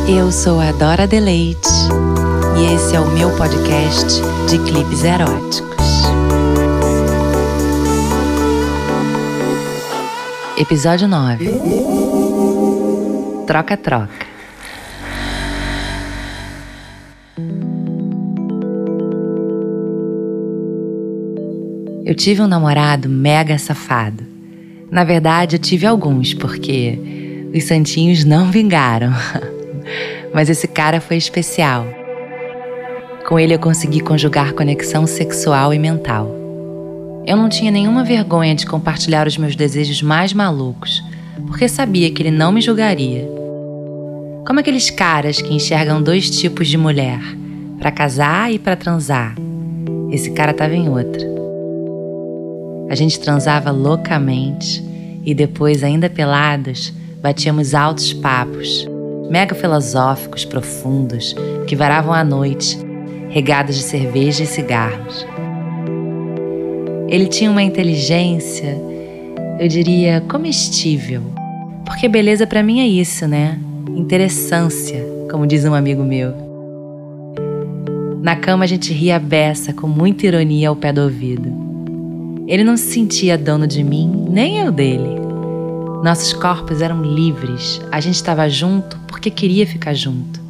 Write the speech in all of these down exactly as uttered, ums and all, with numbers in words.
Eu sou a Dora Deleite e esse é o meu podcast de clipes eróticos. Episódio nove. Troca-troca. Eu tive um namorado mega safado. Na verdade, eu tive alguns, porque os santinhos não vingaram. Mas esse cara foi especial. Com ele eu consegui conjugar conexão sexual e mental. Eu não tinha nenhuma vergonha de compartilhar os meus desejos mais malucos, porque sabia que ele não me julgaria. Como aqueles caras que enxergam dois tipos de mulher, pra casar e pra transar. Esse cara tava em outra. A gente transava loucamente e depois, ainda pelados, batíamos altos papos, mega filosóficos profundos, que varavam a noite, regados de cerveja e cigarros. Ele tinha uma inteligência, eu diria, comestível. Porque beleza pra mim é isso, né? Interessância, como diz um amigo meu. Na cama a gente ria a beça, com muita ironia ao pé do ouvido. Ele não se sentia dono de mim, nem eu dele. Nossos corpos eram livres, a gente estava junto porque queria ficar junto.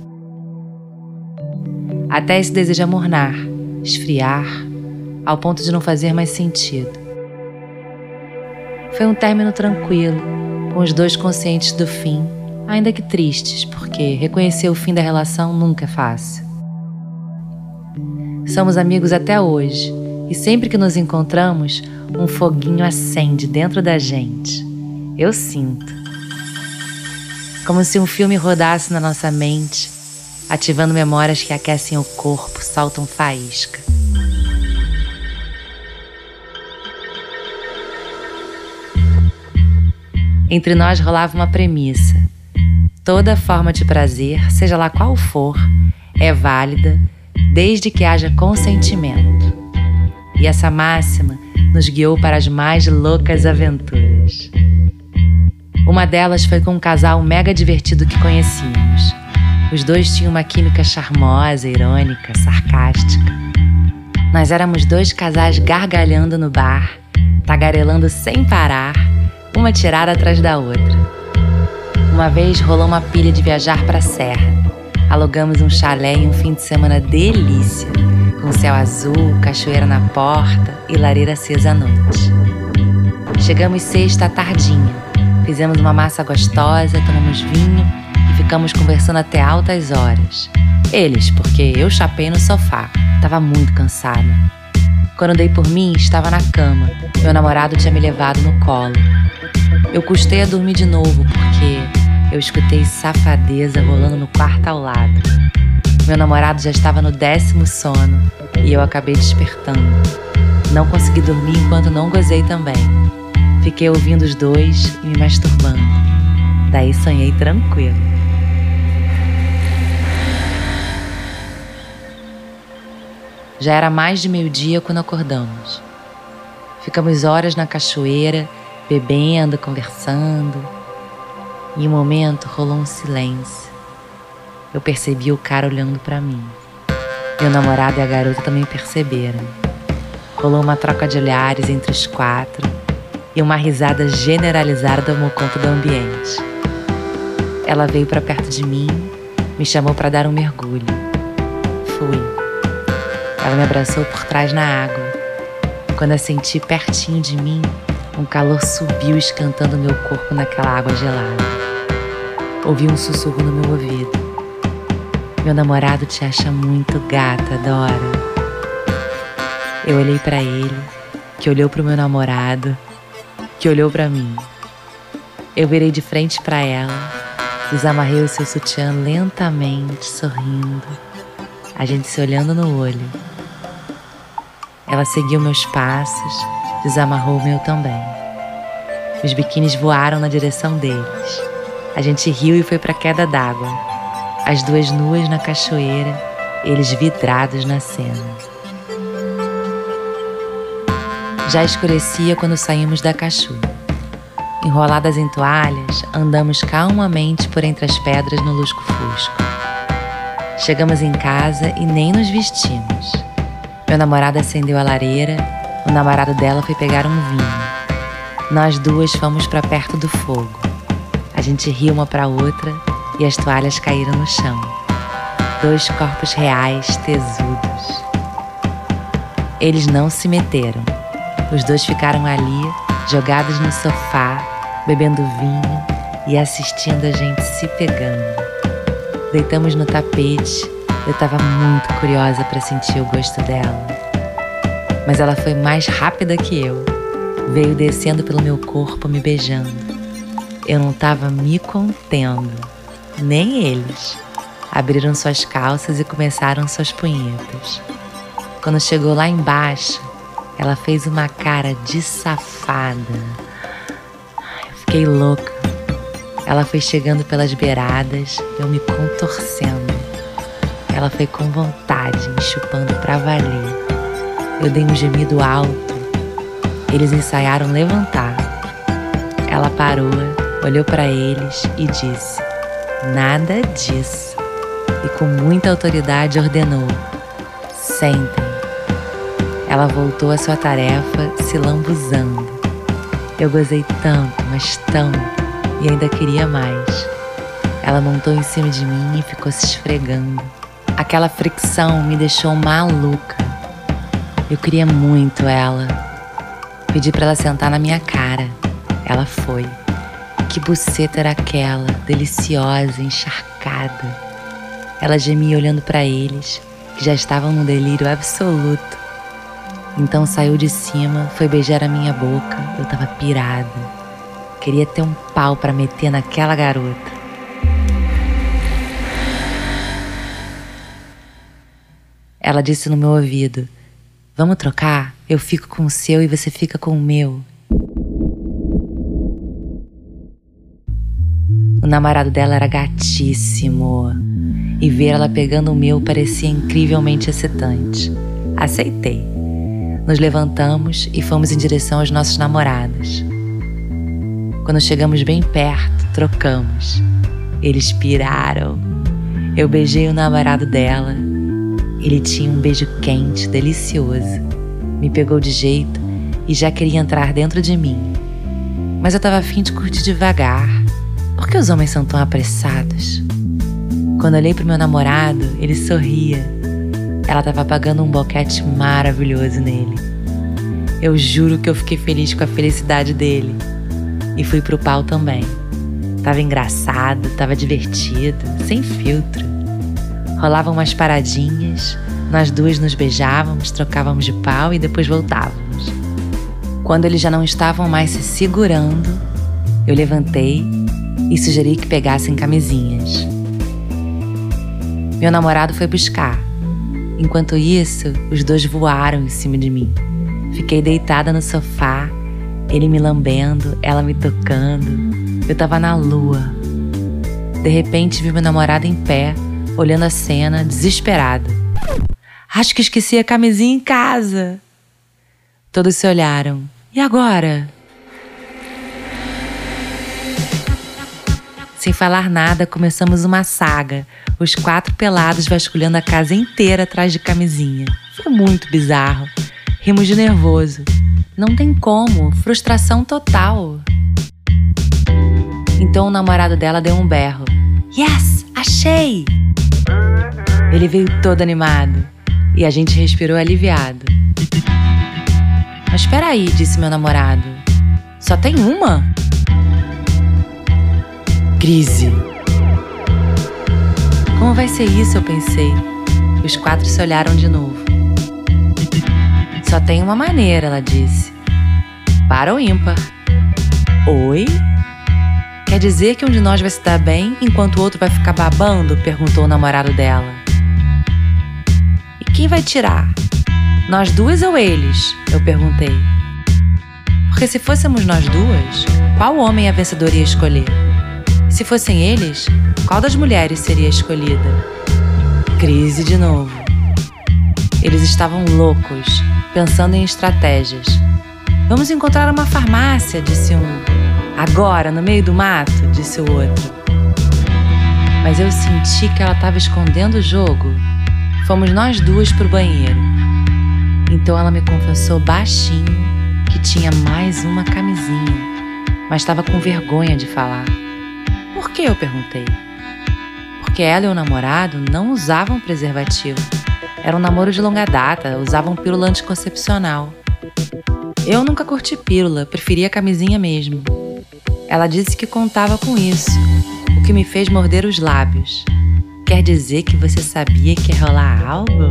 Até esse desejo amornar, esfriar, ao ponto de não fazer mais sentido. Foi um término tranquilo, com os dois conscientes do fim, ainda que tristes, porque reconhecer o fim da relação nunca é fácil. Somos amigos até hoje, e sempre que nos encontramos, um foguinho acende dentro da gente. Eu sinto. Como se um filme rodasse na nossa mente, ativando memórias que aquecem o corpo, soltam faísca. Entre nós rolava uma premissa. Toda forma de prazer, seja lá qual for, é válida desde que haja consentimento. E essa máxima nos guiou para as mais loucas aventuras. Uma delas foi com um casal mega divertido que conhecíamos. Os dois tinham uma química charmosa, irônica, sarcástica. Nós éramos dois casais gargalhando no bar, tagarelando sem parar, uma tirada atrás da outra. Uma vez rolou uma pilha de viajar para a serra. Alugamos um chalé em um fim de semana delícia, com céu azul, cachoeira na porta e lareira acesa à noite. Chegamos sexta à tardinha. Fizemos uma massa gostosa, tomamos vinho e ficamos conversando até altas horas. Eles, porque eu chapei no sofá, tava muito cansada. Quando dei por mim, estava na cama. Meu namorado tinha me levado no colo. Eu custei a dormir de novo, porque eu escutei safadeza rolando no quarto ao lado. Meu namorado já estava no décimo sono e eu acabei despertando. Não consegui dormir enquanto não gozei também. Fiquei ouvindo os dois e me masturbando. Daí sonhei tranquilo. Já era mais de meio-dia quando acordamos. Ficamos horas na cachoeira, bebendo, conversando. Em um momento rolou um silêncio. Eu percebi o cara olhando pra mim. Meu namorado e a garota também perceberam. Rolou uma troca de olhares entre os quatro e uma risada generalizada tomou conta do ambiente. Ela veio pra perto de mim, me chamou pra dar um mergulho. Fui. Ela me abraçou por trás na água. Quando a senti pertinho de mim, um calor subiu esquentando meu corpo naquela água gelada. Ouvi um sussurro no meu ouvido. Meu namorado te acha muito gata, Dora. Eu olhei pra ele, que olhou pro meu namorado, que olhou pra mim. Eu virei de frente pra ela, desamarrei o seu sutiã lentamente, sorrindo, a gente se olhando no olho. Ela seguiu meus passos, desamarrou o meu também. Os biquínis voaram na direção deles. A gente riu e foi pra queda d'água. As duas nuas na cachoeira, eles vidrados na cena. Já escurecia quando saímos da cachoeira. Enroladas em toalhas, andamos calmamente por entre as pedras no lusco-fusco. Chegamos em casa e nem nos vestimos. Meu namorado acendeu a lareira, o namorado dela foi pegar um vinho. Nós duas fomos para perto do fogo. A gente riu uma para outra e as toalhas caíram no chão. Dois corpos reais, tesudos. Eles não se meteram. Os dois ficaram ali, jogados no sofá, bebendo vinho e assistindo a gente se pegando. Deitamos no tapete. Eu estava muito curiosa para sentir o gosto dela. Mas ela foi mais rápida que eu. Veio descendo pelo meu corpo, me beijando. Eu não estava me contendo. Nem eles. Abriram suas calças e começaram suas punhetas. Quando chegou lá embaixo, ela fez uma cara de safada. Eu fiquei louca. Ela foi chegando pelas beiradas, eu me contorcendo. Ela foi com vontade, me chupando pra valer. Eu dei um gemido alto. Eles ensaiaram levantar. Ela parou, olhou pra eles e disse: nada disso. E com muita autoridade ordenou: sentem. Ela voltou à sua tarefa, se lambuzando. Eu gozei tanto, mas tanto, e ainda queria mais. Ela montou em cima de mim e ficou se esfregando. Aquela fricção me deixou maluca. Eu queria muito ela. Pedi pra ela sentar na minha cara. Ela foi. Que buceta era aquela, deliciosa, encharcada. Ela gemia olhando pra eles, que já estavam num delírio absoluto. Então saiu de cima, foi beijar a minha boca. Eu tava pirada. Queria ter um pau pra meter naquela garota. Ela disse no meu ouvido: vamos trocar? Eu fico com o seu e você fica com o meu. O namorado dela era gatíssimo. E ver ela pegando o meu parecia incrivelmente excitante. Aceitei. Nos levantamos e fomos em direção aos nossos namorados. Quando chegamos bem perto, trocamos. Eles piraram. Eu beijei o namorado dela. Ele tinha um beijo quente, delicioso. Me pegou de jeito e já queria entrar dentro de mim. Mas eu tava a fim de curtir devagar. Por que os homens são tão apressados? Quando olhei pro meu namorado, ele sorria. Ela tava apagando um boquete maravilhoso nele. Eu juro que eu fiquei feliz com a felicidade dele. E fui pro pau também. Tava engraçado, tava divertido, sem filtro. Rolavam umas paradinhas, nós duas nos beijávamos, trocávamos de pau e depois voltávamos. Quando eles já não estavam mais se segurando, eu levantei e sugeri que pegassem camisinhas. Meu namorado foi buscar. Enquanto isso, os dois voaram em cima de mim. Fiquei deitada no sofá, ele me lambendo, ela me tocando. Eu tava na lua. De repente, vi meu namorado em pé, olhando a cena, desesperado. Acho que esqueci a camisinha em casa. Todos se olharam. E agora? Sem falar nada, começamos uma saga. Os quatro pelados vasculhando a casa inteira atrás de camisinha. Foi muito bizarro. Rimos de nervoso. Não tem como, frustração total. Então o namorado dela deu um berro. Yes, achei! Ele veio todo animado e a gente respirou aliviado. Mas espera aí, disse meu namorado. Só tem uma? Crise. Como vai ser isso, eu pensei. Os quatro se olharam de novo. Só tem uma maneira, ela disse. Para ou ímpar? Oi? Quer dizer que um de nós vai se dar bem enquanto o outro vai ficar babando? Perguntou o namorado dela. E quem vai tirar? Nós duas ou eles? Eu perguntei. Porque se fôssemos nós duas, qual homem a vencedora ia escolher? Se fossem eles, qual das mulheres seria escolhida? Crise de novo. Eles estavam loucos, pensando em estratégias. Vamos encontrar uma farmácia, disse um. Agora, no meio do mato, disse o outro. Mas eu senti que ela estava escondendo o jogo. Fomos nós duas pro banheiro. Então ela me confessou baixinho que tinha mais uma camisinha, mas estava com vergonha de falar. Por que? Eu perguntei. Porque ela e o namorado não usavam preservativo. Era um namoro de longa data, usavam pílula anticoncepcional. Eu nunca curti pílula, preferia camisinha mesmo. Ela disse que contava com isso, o que me fez morder os lábios. Quer dizer que você sabia que ia rolar algo?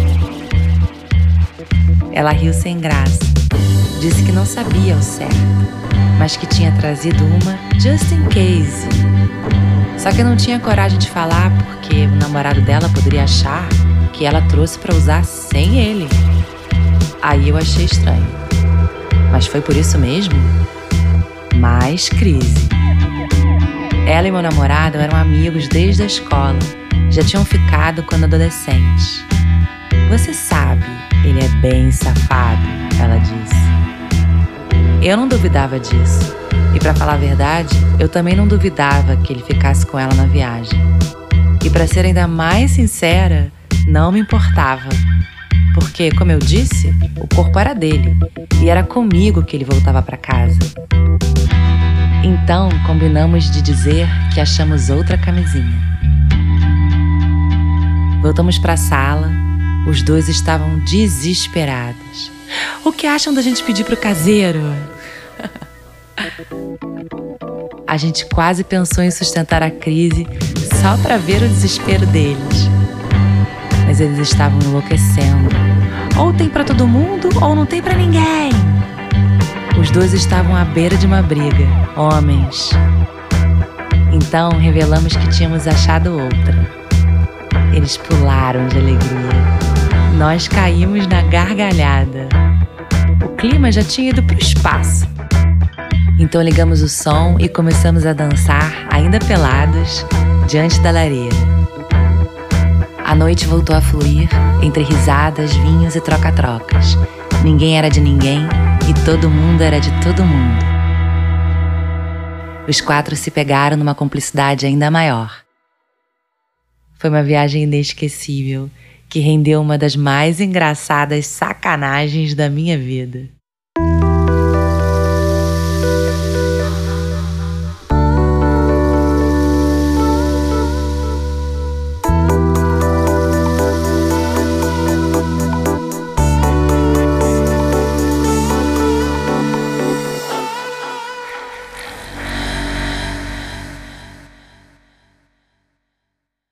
Ela riu sem graça. Disse que não sabia ao certo, mas que tinha trazido uma just in case. Só que não tinha coragem de falar porque o namorado dela poderia achar que ela trouxe para usar sem ele. Aí eu achei estranho. Mas foi por isso mesmo? Mais crise. Ela e meu namorado eram amigos desde a escola. Já tinham ficado quando adolescentes. Você sabe, ele é bem safado, ela disse. Eu não duvidava disso. E pra falar a verdade, eu também não duvidava que ele ficasse com ela na viagem. E pra ser ainda mais sincera, não me importava. Porque, como eu disse, o corpo era dele. E era comigo que ele voltava pra casa. Então, combinamos de dizer que achamos outra camisinha. Voltamos pra sala. Os dois estavam desesperados. O que acham da gente pedir pro caseiro? A gente quase pensou em sustentar a crise só para ver o desespero deles. Mas eles estavam enlouquecendo. Ou tem para todo mundo, ou não tem para ninguém. Os dois estavam à beira de uma briga, homens. Então revelamos que tínhamos achado outra. Eles pularam de alegria. Nós caímos na gargalhada. O clima já tinha ido pro espaço. Então ligamos o som e começamos a dançar, ainda pelados, diante da lareira. A noite voltou a fluir, entre risadas, vinhos e troca-trocas. Ninguém era de ninguém e todo mundo era de todo mundo. Os quatro se pegaram numa cumplicidade ainda maior. Foi uma viagem inesquecível que rendeu uma das mais engraçadas sacanagens da minha vida.